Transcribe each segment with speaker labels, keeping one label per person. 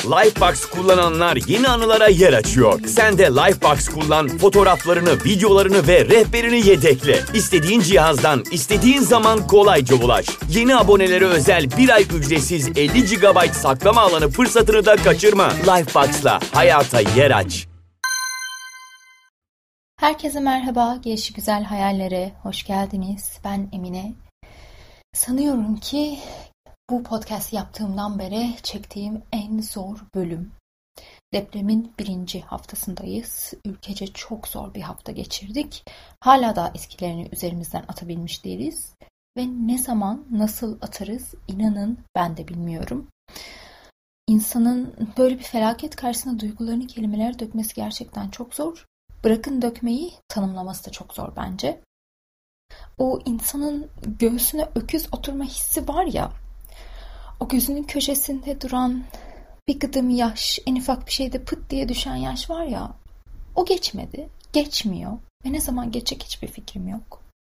Speaker 1: Lifebox kullananlar yeni anılara yer açıyor. Sen de Lifebox kullan, fotoğraflarını, videolarını ve rehberini yedekle. İstediğin cihazdan, istediğin zaman kolayca ulaş. Yeni abonelere özel 1 ay ücretsiz 50 GB saklama alanı fırsatını da kaçırma. Lifebox'la hayata yer aç.
Speaker 2: Herkese merhaba, Gelişigüzel Hayallere hoş geldiniz. Ben Emine. Sanıyorum ki bu podcast yaptığımdan beri çektiğim en zor bölüm. Depremin 1. haftasındayız. Ülkece çok zor bir hafta geçirdik. Hala da etkilerini üzerimizden atabilmiş değiliz. Ve ne zaman, nasıl atarız inanın ben de bilmiyorum. İnsanın böyle bir felaket karşısında duygularını kelimelere dökmesi gerçekten çok zor. Bırakın dökmeyi, tanımlaması da çok zor bence. O insanın göğsüne öküz oturma hissi var ya, o gözünün köşesinde duran bir gıdım yaş, en ufak bir şeyde pıt diye düşen yaş var ya, o geçmedi, geçmiyor ve ne zaman geçecek hiçbir fikrim yok.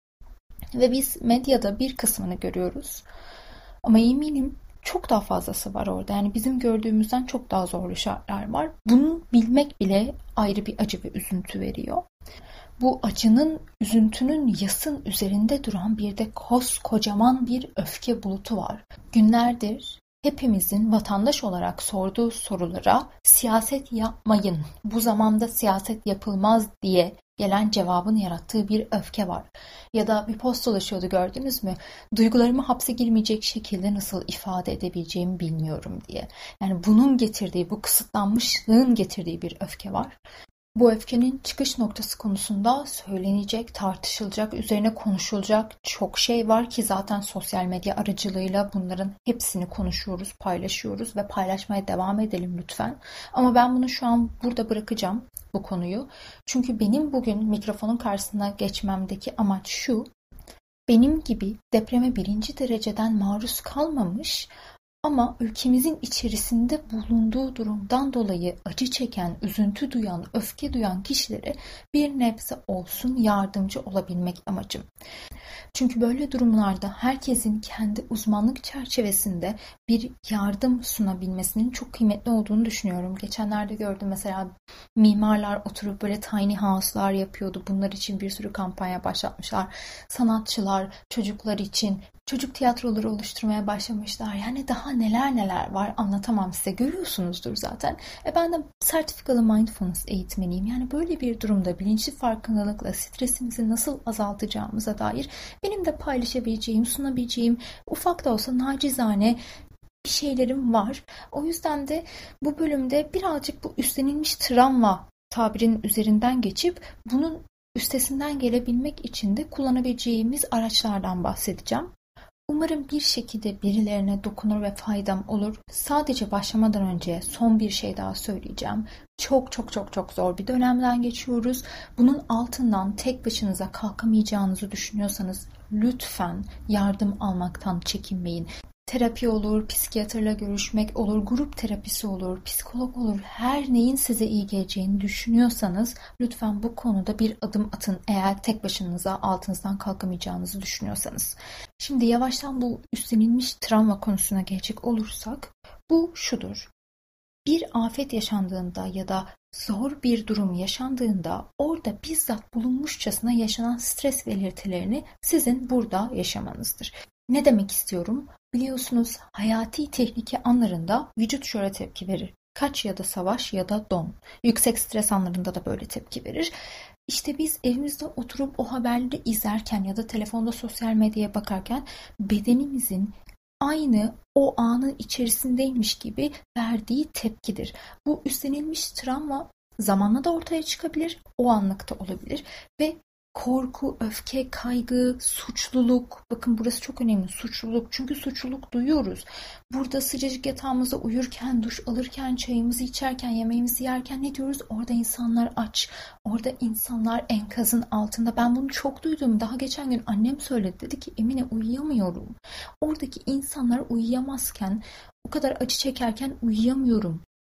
Speaker 2: Ve biz medyada bir kısmını görüyoruz ama eminim çok daha fazlası var orada. Yani bizim gördüğümüzden çok daha zorlu şartlar var. Bunu bilmek bile ayrı bir acı ve üzüntü veriyor. Bu acının, üzüntünün yasın üzerinde duran bir de koskocaman bir öfke bulutu var. Günlerdir hepimizin vatandaş olarak sorduğu sorulara siyaset yapmayın, bu zamanda siyaset yapılmaz diye gelen cevabın yarattığı bir öfke var. Ya da bir post dolaşıyordu, gördünüz mü? Duygularımı hapse girmeyecek şekilde nasıl ifade edebileceğimi bilmiyorum diye. Yani bunun getirdiği, bu kısıtlanmışlığın getirdiği bir öfke var. Bu öfkenin çıkış noktası konusunda söylenecek, tartışılacak, üzerine konuşulacak çok şey var ki zaten sosyal medya aracılığıyla bunların hepsini konuşuyoruz, paylaşıyoruz ve paylaşmaya devam edelim lütfen. Ama ben bunu şu an burada bırakacağım, bu konuyu. Çünkü benim bugün mikrofonun karşısına geçmemdeki amaç şu: benim gibi depreme 1. dereceden maruz kalmamış ama ülkemizin içerisinde bulunduğu durumdan dolayı acı çeken, üzüntü duyan, öfke duyan kişilere bir nebze olsun yardımcı olabilmek amacım. Çünkü böyle durumlarda herkesin kendi uzmanlık çerçevesinde bir yardım sunabilmesinin çok kıymetli olduğunu düşünüyorum. Geçenlerde gördüm mesela, mimarlar oturup böyle tiny house'lar yapıyordu. Bunlar için bir sürü kampanya başlatmışlar. Sanatçılar çocuklar için çocuk tiyatroları oluşturmaya başlamışlar. Yani daha neler neler var, anlatamam size, görüyorsunuzdur zaten. Ben de sertifikalı mindfulness eğitmeniyim. Yani böyle bir durumda bilinçli farkındalıkla stresimizi nasıl azaltacağımıza dair benim de paylaşabileceğim, sunabileceğim ufak da olsa nacizane bir şeylerim var. O yüzden de bu bölümde birazcık bu üstlenilmiş travma tabirinin üzerinden geçip bunun üstesinden gelebilmek için de kullanabileceğimiz araçlardan bahsedeceğim. Umarım bir şekilde birilerine dokunur ve faydam olur. Sadece başlamadan önce son bir şey daha söyleyeceğim. Çok çok çok çok zor bir dönemden geçiyoruz. Bunun altından tek başınıza kalkamayacağınızı düşünüyorsanız lütfen yardım almaktan çekinmeyin. Terapi olur, psikiyatrla görüşmek olur, grup terapisi olur, psikolog olur. Her neyin size iyi geleceğini düşünüyorsanız lütfen bu konuda bir adım atın, eğer tek başınıza altınızdan kalkamayacağınızı düşünüyorsanız. Şimdi yavaştan bu üstlenilmiş travma konusuna gelecek olursak, bu şudur: bir afet yaşandığında ya da zor bir durum yaşandığında orada bizzat bulunmuşçasına yaşanan stres belirtilerini sizin burada yaşamanızdır. Ne demek istiyorum? Biliyorsunuz, hayati tehlike anlarında vücut şöyle tepki verir: kaç ya da savaş ya da don. Yüksek stres anlarında da böyle tepki verir. İşte biz evimizde oturup o haberleri izlerken ya da telefonda sosyal medyaya bakarken bedenimizin aynı o anın içerisindeymiş gibi verdiği tepkidir. Bu üstlenilmiş travma zamanla da ortaya çıkabilir, o anlıkta olabilir ve korku, öfke, kaygı, suçluluk. Bakın burası çok önemli, suçluluk. Çünkü suçluluk duyuyoruz. Burada sıcacık yatağımızda uyurken, duş alırken, çayımızı içerken, yemeğimizi yerken ne diyoruz? Orada insanlar aç. Orada insanlar enkazın altında. Ben bunu çok duydum. Daha geçen gün annem söyledi. Dedi ki Emine, uyuyamıyorum. Oradaki insanlar uyuyamazken, o kadar acı çekerken uyuyamıyorum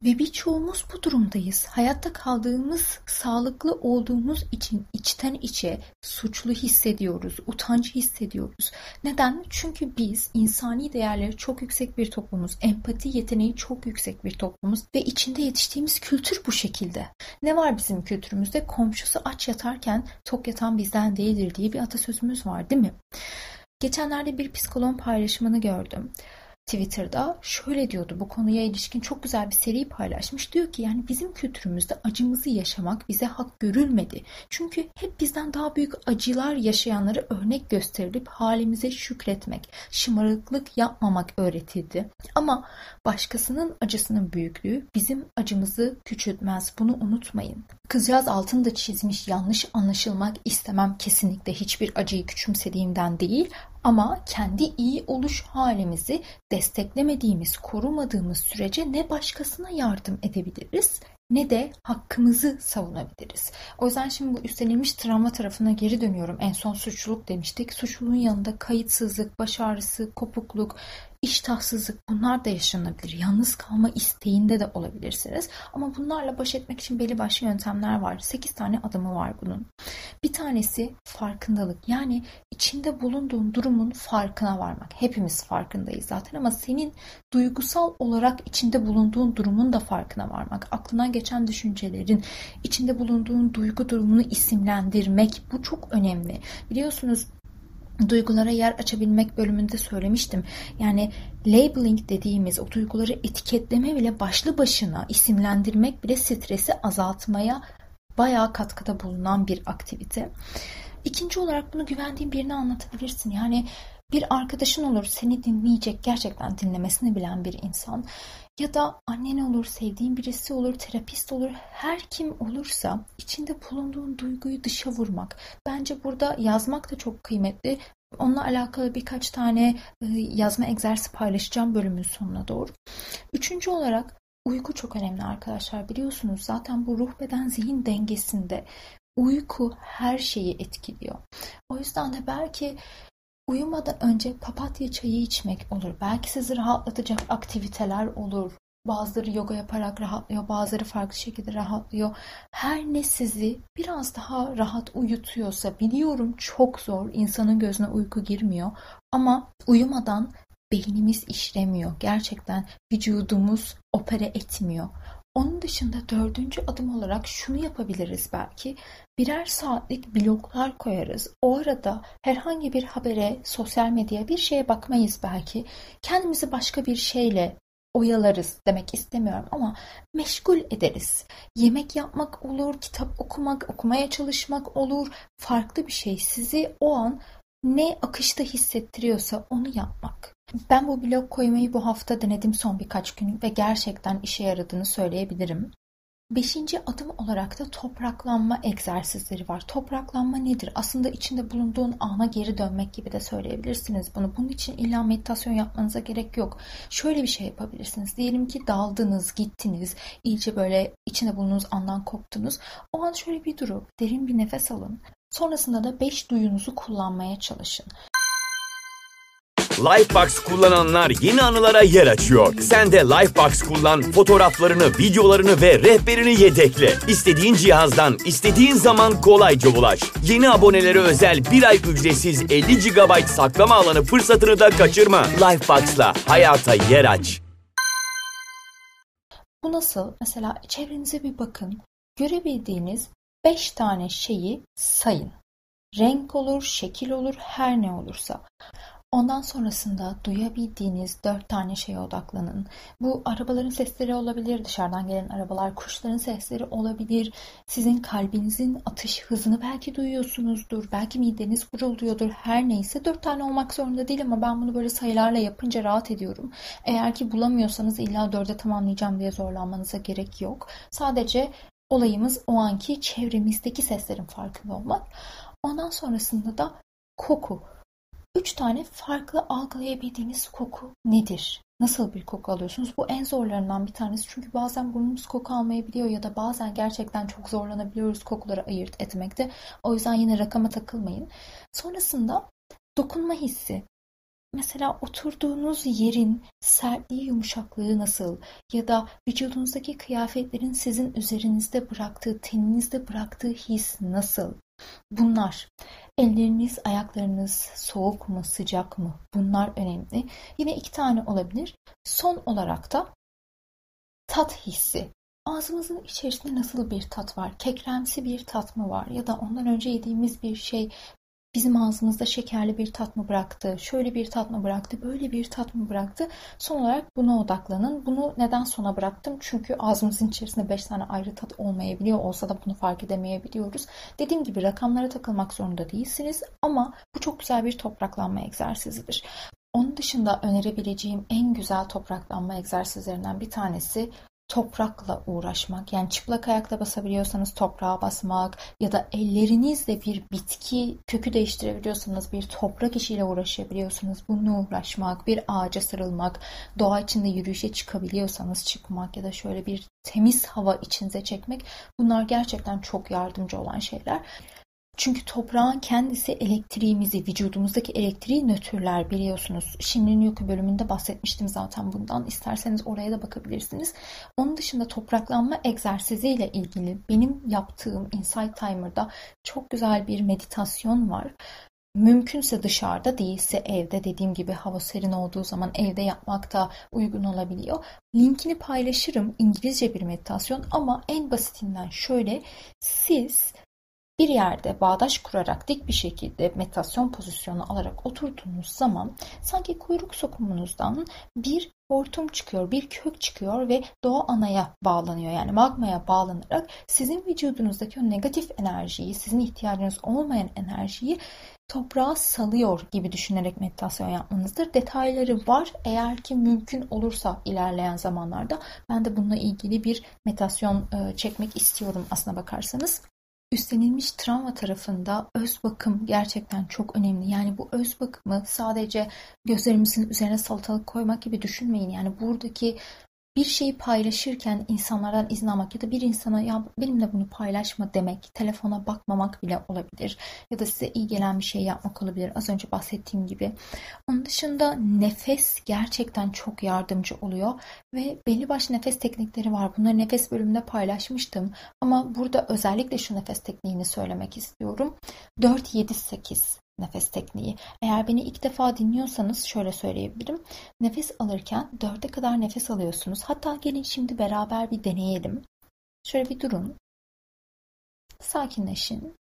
Speaker 2: Ve birçoğumuz bu durumdayız. Hayatta kaldığımız, sağlıklı olduğumuz için içten içe suçlu hissediyoruz, utanç hissediyoruz. Neden? Çünkü biz insani değerleri çok yüksek bir toplumuz, empati yeteneği çok yüksek bir toplumuz ve içinde yetiştiğimiz kültür bu şekilde. Ne var bizim kültürümüzde? Komşusu aç yatarken tok yatan bizden değildir diye bir atasözümüz var, değil mi? Geçenlerde bir psikoloğun paylaşımını gördüm. Twitter'da şöyle diyordu, bu konuya ilişkin çok güzel bir seri paylaşmış. Diyor ki yani bizim kültürümüzde acımızı yaşamak bize hak görülmedi. Çünkü hep bizden daha büyük acılar yaşayanları örnek gösterilip halimize şükretmek, şımarıklık yapmamak öğretildi. Ama başkasının acısının büyüklüğü bizim acımızı küçültmez. Bunu unutmayın. Kızcağız altını da çizmiş, yanlış anlaşılmak istemem, kesinlikle hiçbir acıyı küçümsediğimden değil. Ama kendi iyi oluş halimizi desteklemediğimiz, korumadığımız sürece ne başkasına yardım edebiliriz ne de hakkımızı savunabiliriz. O yüzden şimdi bu üstlenilmiş travma tarafına geri dönüyorum. En son suçluluk demiştik. Suçluluğun yanında kayıtsızlık, baş ağrısı, kopukluk, iştahsızlık, bunlar da yaşanabilir. Yalnız kalma isteğinde de olabilirsiniz. Ama bunlarla baş etmek için belli başlı yöntemler var. 8 tane adımı var bunun. Bir tanesi farkındalık. Yani içinde bulunduğun durumun farkına varmak. Hepimiz farkındayız zaten ama senin duygusal olarak içinde bulunduğun durumun da farkına varmak. Aklına geçen düşüncelerin, içinde bulunduğun duygu durumunu isimlendirmek, bu çok önemli. Biliyorsunuz, duygulara yer açabilmek bölümünde söylemiştim. Yani labeling dediğimiz o duyguları etiketleme bile başlı başına, isimlendirmek bile stresi azaltmaya bayağı katkıda bulunan bir aktivite. İkinci olarak bunu güvendiğin birine anlatabilirsin. Yani bir arkadaşın olur, seni dinleyecek, gerçekten dinlemesini bilen bir insan. Ya da annen olur, sevdiğin birisi olur, terapist olur. Her kim olursa içinde bulunduğun duyguyu dışa vurmak. Bence burada yazmak da çok kıymetli. Onunla alakalı birkaç tane yazma egzersizi paylaşacağım bölümün sonuna doğru. Üçüncü olarak uyku çok önemli arkadaşlar. Biliyorsunuz zaten bu ruh beden zihin dengesinde uyku her şeyi etkiliyor. O yüzden de belki uyumadan önce papatya çayı içmek olur. Belki sizi rahatlatacak aktiviteler olur. Bazıları yoga yaparak rahatlıyor, bazıları farklı şekilde rahatlıyor. Her ne sizi biraz daha rahat uyutuyorsa, biliyorum çok zor, insanın gözüne uyku girmiyor. Ama uyumadan beynimiz işlemiyor. Gerçekten vücudumuz opera etmiyor. Onun dışında dördüncü adım olarak şunu yapabiliriz belki. Birer saatlik bloklar koyarız. O arada herhangi bir habere, sosyal medyaya, bir şeye bakmayız belki. Kendimizi başka bir şeyle oyalarız demek istemiyorum ama meşgul ederiz. Yemek yapmak olur, kitap okumak, okumaya çalışmak olur. Farklı bir şey sizi o an ne akışta hissettiriyorsa onu yapmak. Ben bu blog koymayı bu hafta denedim son birkaç gün ve gerçekten işe yaradığını söyleyebilirim. Beşinci adım olarak da topraklanma egzersizleri var. Topraklanma nedir? Aslında içinde bulunduğun ana geri dönmek gibi de söyleyebilirsiniz bunu. Bunun için illa meditasyon yapmanıza gerek yok. Şöyle bir şey yapabilirsiniz. Diyelim ki daldınız, gittiniz, iyice böyle içinde bulunduğunuz andan koptunuz. O an şöyle bir durup derin bir nefes alın. Sonrasında da 5 duyunuzu kullanmaya çalışın.
Speaker 1: Lifebox kullananlar yeni anılara yer açıyor. Sen de Lifebox kullan, fotoğraflarını, videolarını ve rehberini yedekle. İstediğin cihazdan, istediğin zaman kolayca ulaş. Yeni abonelere özel 1 ay ücretsiz 50 GB saklama alanı fırsatını da kaçırma. Lifebox'la hayata yer aç.
Speaker 2: Bu nasıl? Mesela çevrenize bir bakın. Görebildiğiniz 5 tane şeyi sayın. Renk olur, şekil olur, her ne olursa. Ondan sonrasında duyabildiğiniz 4 tane şeye odaklanın. Bu arabaların sesleri olabilir, dışarıdan gelen arabalar, kuşların sesleri olabilir. Sizin kalbinizin atış hızını belki duyuyorsunuzdur, belki mideniz gurulduyordur, her neyse. 4 tane olmak zorunda değil ama ben bunu böyle sayılarla yapınca rahat ediyorum. Eğer ki bulamıyorsanız illa 4'e tamamlayacağım diye zorlanmanıza gerek yok. Sadece olayımız o anki çevremizdeki seslerin farkında olmak. Ondan sonrasında da koku. 3 tane farklı algılayabildiğiniz koku nedir? Nasıl bir koku alıyorsunuz? Bu en zorlarından bir tanesi. Çünkü bazen burnumuz koku almayabiliyor ya da bazen gerçekten çok zorlanabiliyoruz kokuları ayırt etmekte. O yüzden yine rakama takılmayın. Sonrasında dokunma hissi. mesela oturduğunuz yerin sertliği, yumuşaklığı nasıl? Ya da vücudunuzdaki kıyafetlerin sizin üzerinizde bıraktığı, teninizde bıraktığı his nasıl? Bunlar. Elleriniz, ayaklarınız soğuk mu, sıcak mı? Bunlar önemli. Yine 2 tane olabilir. Son olarak da tat hissi. Ağzımızın içerisinde nasıl bir tat var? Kekremsi bir tat mı var? Ya da ondan önce yediğimiz bir şey bizim ağzımızda şekerli bir tat mı bıraktı? Şöyle bir tat mı bıraktı? Böyle bir tat mı bıraktı? Son olarak buna odaklanın. Bunu neden sona bıraktım? Çünkü ağzımızın içerisinde 5 tane ayrı tat olmayabiliyor. Olsa da bunu fark edemeyebiliyoruz. Dediğim gibi rakamlara takılmak zorunda değilsiniz. Ama bu çok güzel bir topraklanma egzersizidir. Onun dışında önerebileceğim en güzel topraklanma egzersizlerinden bir tanesi toprakla uğraşmak. Yani çıplak ayakla basabiliyorsanız toprağa basmak ya da ellerinizle bir bitki kökü değiştirebiliyorsanız bir toprak işiyle uğraşabiliyorsunuz. Bununla uğraşmak, bir ağaca sarılmak, doğa içinde yürüyüşe çıkabiliyorsanız çıkmak ya da şöyle bir temiz hava içinize çekmek, bunlar gerçekten çok yardımcı olan şeyler. Çünkü toprağın kendisi elektriğimizi, vücudumuzdaki elektriği nötrler biliyorsunuz. Şimdinin Yoku bölümünde bahsetmiştim zaten bundan. İsterseniz oraya da bakabilirsiniz. Onun dışında topraklanma egzersiziyle ilgili benim yaptığım Insight Timer'da çok güzel bir meditasyon var. Mümkünse dışarıda, değilse evde, dediğim gibi hava serin olduğu zaman evde yapmak da uygun olabiliyor. Linkini paylaşırım. İngilizce bir meditasyon ama en basitinden şöyle: siz bir yerde bağdaş kurarak dik bir şekilde meditasyon pozisyonu alarak oturduğunuz zaman sanki kuyruk sokumunuzdan bir hortum çıkıyor, bir kök çıkıyor ve doğa anaya bağlanıyor. Yani magmaya bağlanarak sizin vücudunuzdaki o negatif enerjiyi, sizin ihtiyacınız olmayan enerjiyi toprağa salıyor gibi düşünerek meditasyon yapmanızdır. Detayları var. Eğer ki mümkün olursa ilerleyen zamanlarda ben de bununla ilgili bir meditasyon çekmek istiyorum aslına bakarsanız. Üstlenilmiş travma tarafında öz bakım gerçekten çok önemli. Yani bu öz bakımı sadece gözlerimizin üzerine salatalık koymak gibi düşünmeyin. Yani buradaki bir şeyi paylaşırken insanlardan izin almak ya da bir insana ya benimle bunu paylaşma demek, telefona bakmamak bile olabilir. Ya da size iyi gelen bir şey yapmak olabilir. Az önce bahsettiğim gibi. Onun dışında nefes gerçekten çok yardımcı oluyor. Ve belli başlı nefes teknikleri var. Bunları nefes bölümünde paylaşmıştım. Ama burada özellikle şu nefes tekniğini söylemek istiyorum. 4-7-8 nefes tekniği. Eğer beni ilk defa dinliyorsanız şöyle söyleyebilirim. Nefes alırken 4'e kadar nefes alıyorsunuz. Hatta gelin şimdi beraber bir deneyelim. Şöyle bir durun. Sakinleşin.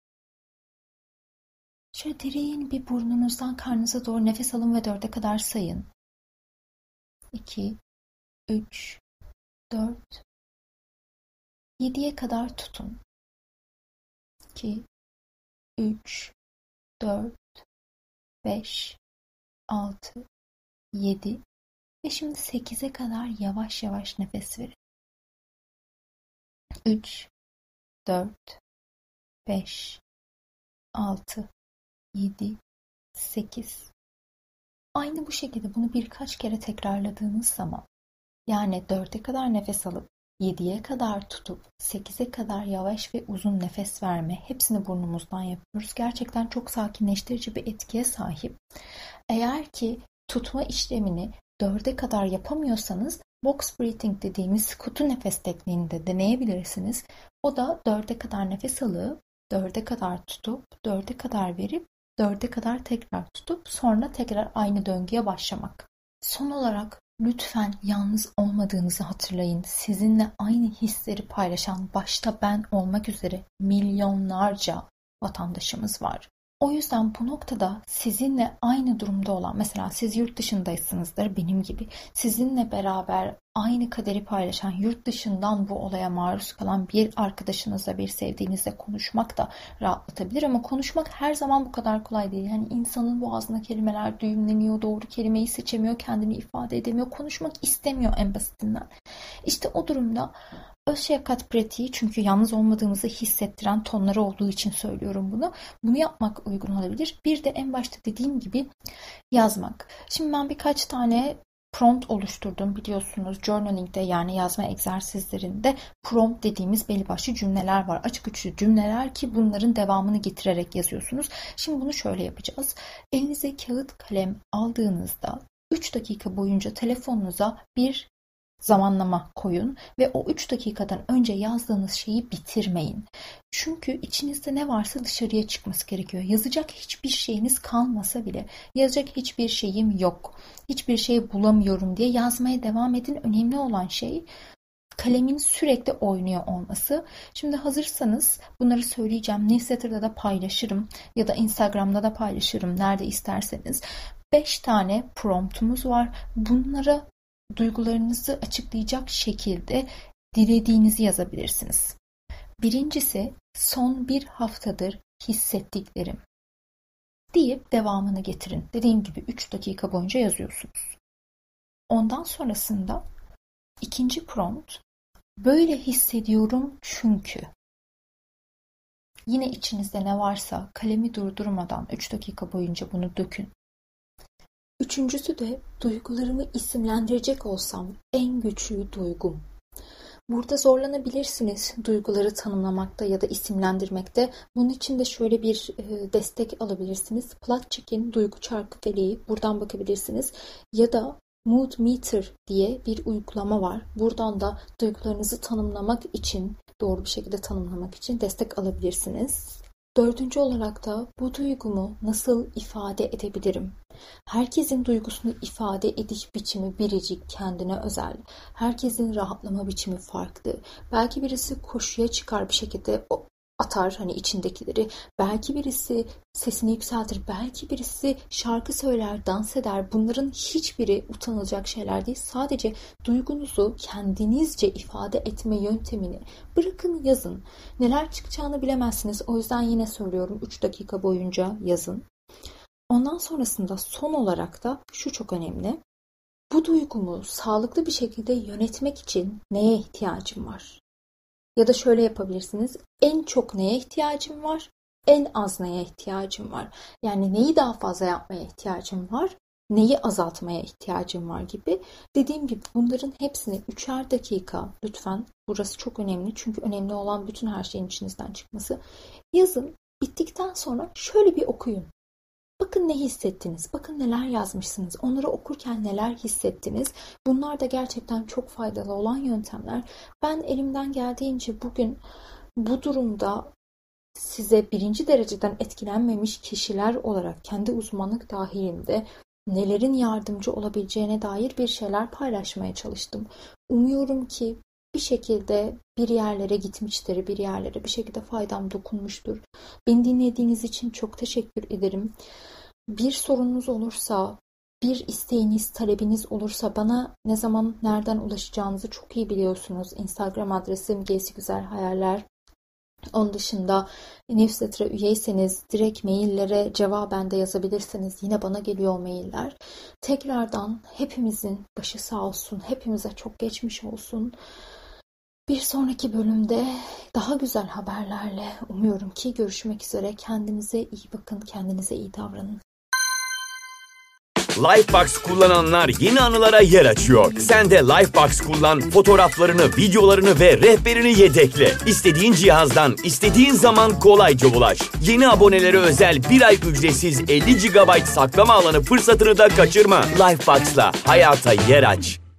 Speaker 2: Şöyle derin bir burnunuzdan karnınıza doğru nefes alın ve 4'e kadar sayın. 2, 3, 4, 7'ye kadar tutun. 2, 3, 4, 5, 6, 7 ve şimdi 8'e kadar yavaş yavaş nefes verin. 3, 4, 5, 6, 7, 8. Aynı bu şekilde bunu birkaç kere tekrarladığınız zaman, yani 4'e kadar nefes alıp 7'ye kadar tutup 8'e kadar yavaş ve uzun nefes verme, hepsini burnumuzdan yapıyoruz. Gerçekten çok sakinleştirici bir etkiye sahip. Eğer ki tutma işlemini 4'e kadar yapamıyorsanız box breathing dediğimiz kutu nefes tekniğini de deneyebilirsiniz. O da 4'e kadar nefes alıp 4'e kadar tutup 4'e kadar verip 4'e kadar tekrar tutup sonra tekrar aynı döngüye başlamak. Son olarak lütfen yalnız olmadığınızı hatırlayın. Sizinle aynı hisleri paylaşan, başta ben olmak üzere milyonlarca vatandaşımız var. O yüzden bu noktada sizinle aynı durumda olan, mesela siz yurt dışındaysınızdır benim gibi, sizinle beraber aynı kaderi paylaşan, yurt dışından bu olaya maruz kalan bir arkadaşınızla, bir sevdiğinizle konuşmak da rahatlatabilir. Ama konuşmak her zaman bu kadar kolay değil. Yani insanın boğazına kelimeler düğümleniyor, doğru kelimeyi seçemiyor, kendini ifade edemiyor, konuşmak istemiyor en basitinden. İşte o durumda öz şefkat pratiği, çünkü yalnız olmadığımızı hissettiren tonları olduğu için söylüyorum bunu. Bunu yapmak uygun olabilir. Bir de en başta dediğim gibi yazmak. Şimdi ben birkaç tane prompt oluşturdum. Biliyorsunuz journaling'de, yani yazma egzersizlerinde prompt dediğimiz belli başlı cümleler var. Açık uçlu cümleler ki bunların devamını getirerek yazıyorsunuz. Şimdi bunu şöyle yapacağız. Elinize kağıt kalem aldığınızda 3 dakika boyunca telefonunuza bir zamanlama koyun ve o 3 dakikadan önce yazdığınız şeyi bitirmeyin. Çünkü içinizde ne varsa dışarıya çıkması gerekiyor. Yazacak hiçbir şeyiniz kalmasa bile, yazacak hiçbir şeyim yok, hiçbir şey bulamıyorum diye yazmaya devam edin. Önemli olan şey kalemin sürekli oynuyor olması. Şimdi hazırsanız bunları söyleyeceğim. Newsletter'da da paylaşırım ya da Instagram'da da paylaşırım, nerede isterseniz. 5 tane promptumuz var. Bunlara duygularınızı açıklayacak şekilde dilediğinizi yazabilirsiniz. Birincisi, son bir haftadır hissettiklerim deyip devamını getirin. Dediğim gibi 3 dakika boyunca yazıyorsunuz. Ondan sonrasında ikinci prompt, böyle hissediyorum çünkü. Yine içinizde ne varsa kalemi durdurmadan 3 dakika boyunca bunu dökün. Üçüncüsü de, duygularımı isimlendirecek olsam en güçlü duygum. Burada zorlanabilirsiniz duyguları tanımlamakta ya da isimlendirmekte. Bunun için de şöyle bir destek alabilirsiniz. Plotchik'in duygu çarkıfeleği, buradan bakabilirsiniz. Ya da Mood Meter diye bir uygulama var. Buradan da duygularınızı tanımlamak için, doğru bir şekilde tanımlamak için destek alabilirsiniz. Dördüncü olarak da, bu duygumu nasıl ifade edebilirim? Herkesin duygusunu ifade ediş biçimi biricik, kendine özel. Herkesin rahatlama biçimi farklı. Belki birisi koşuya çıkar, bir şekilde atar hani içindekileri. Belki birisi sesini yükseltir. Belki birisi şarkı söyler, dans eder. Bunların hiçbiri utanılacak şeyler değil. Sadece duygunuzu kendinizce ifade etme yöntemini bırakın, yazın. Neler çıkacağını bilemezsiniz. O yüzden yine söylüyorum, 3 dakika boyunca yazın. Ondan sonrasında son olarak da şu çok önemli. Bu duygumu sağlıklı bir şekilde yönetmek için neye ihtiyacım var? Ya da şöyle yapabilirsiniz. En çok neye ihtiyacım var? En az neye ihtiyacım var? Yani neyi daha fazla yapmaya ihtiyacım var? Neyi azaltmaya ihtiyacım var gibi. Dediğim gibi bunların hepsini 3'er dakika, lütfen, burası çok önemli. Çünkü önemli olan bütün her şeyin içinizden çıkması. Yazın, bittikten sonra şöyle bir okuyun. Bakın ne hissettiniz, bakın neler yazmışsınız, onları okurken neler hissettiniz. Bunlar da gerçekten çok faydalı olan yöntemler. Ben elimden geldiğince bugün bu durumda size birinci dereceden etkilenmemiş kişiler olarak kendi uzmanlık dahilinde nelerin yardımcı olabileceğine dair bir şeyler paylaşmaya çalıştım. Umuyorum ki bir şekilde bir yerlere gitmiştir, bir yerlere bir şekilde faydam dokunmuştur. Beni dinlediğiniz için çok teşekkür ederim. Bir sorunuz olursa, bir isteğiniz, talebiniz olursa bana ne zaman, nereden ulaşacağınızı çok iyi biliyorsunuz. Instagram adresim gsgüzelhayaller. Onun dışında newsletter'a üyeyseniz direkt maillere cevaben de yazabilirsiniz. Yine bana geliyor mailler. Tekrardan hepimizin başı sağ olsun. Hepimize çok geçmiş olsun. Bir sonraki bölümde daha güzel haberlerle umuyorum ki görüşmek üzere. Kendinize iyi bakın, kendinize iyi davranın.
Speaker 1: Lifebox kullananlar yeni anılara yer açıyor. Sen de Lifebox kullan, fotoğraflarını, videolarını ve rehberini yedekle. İstediğin cihazdan, istediğin zaman kolayca ulaş. Yeni abonelere özel 1 ay ücretsiz 50 GB saklama alanı fırsatını da kaçırma. Lifebox'la hayata yer aç.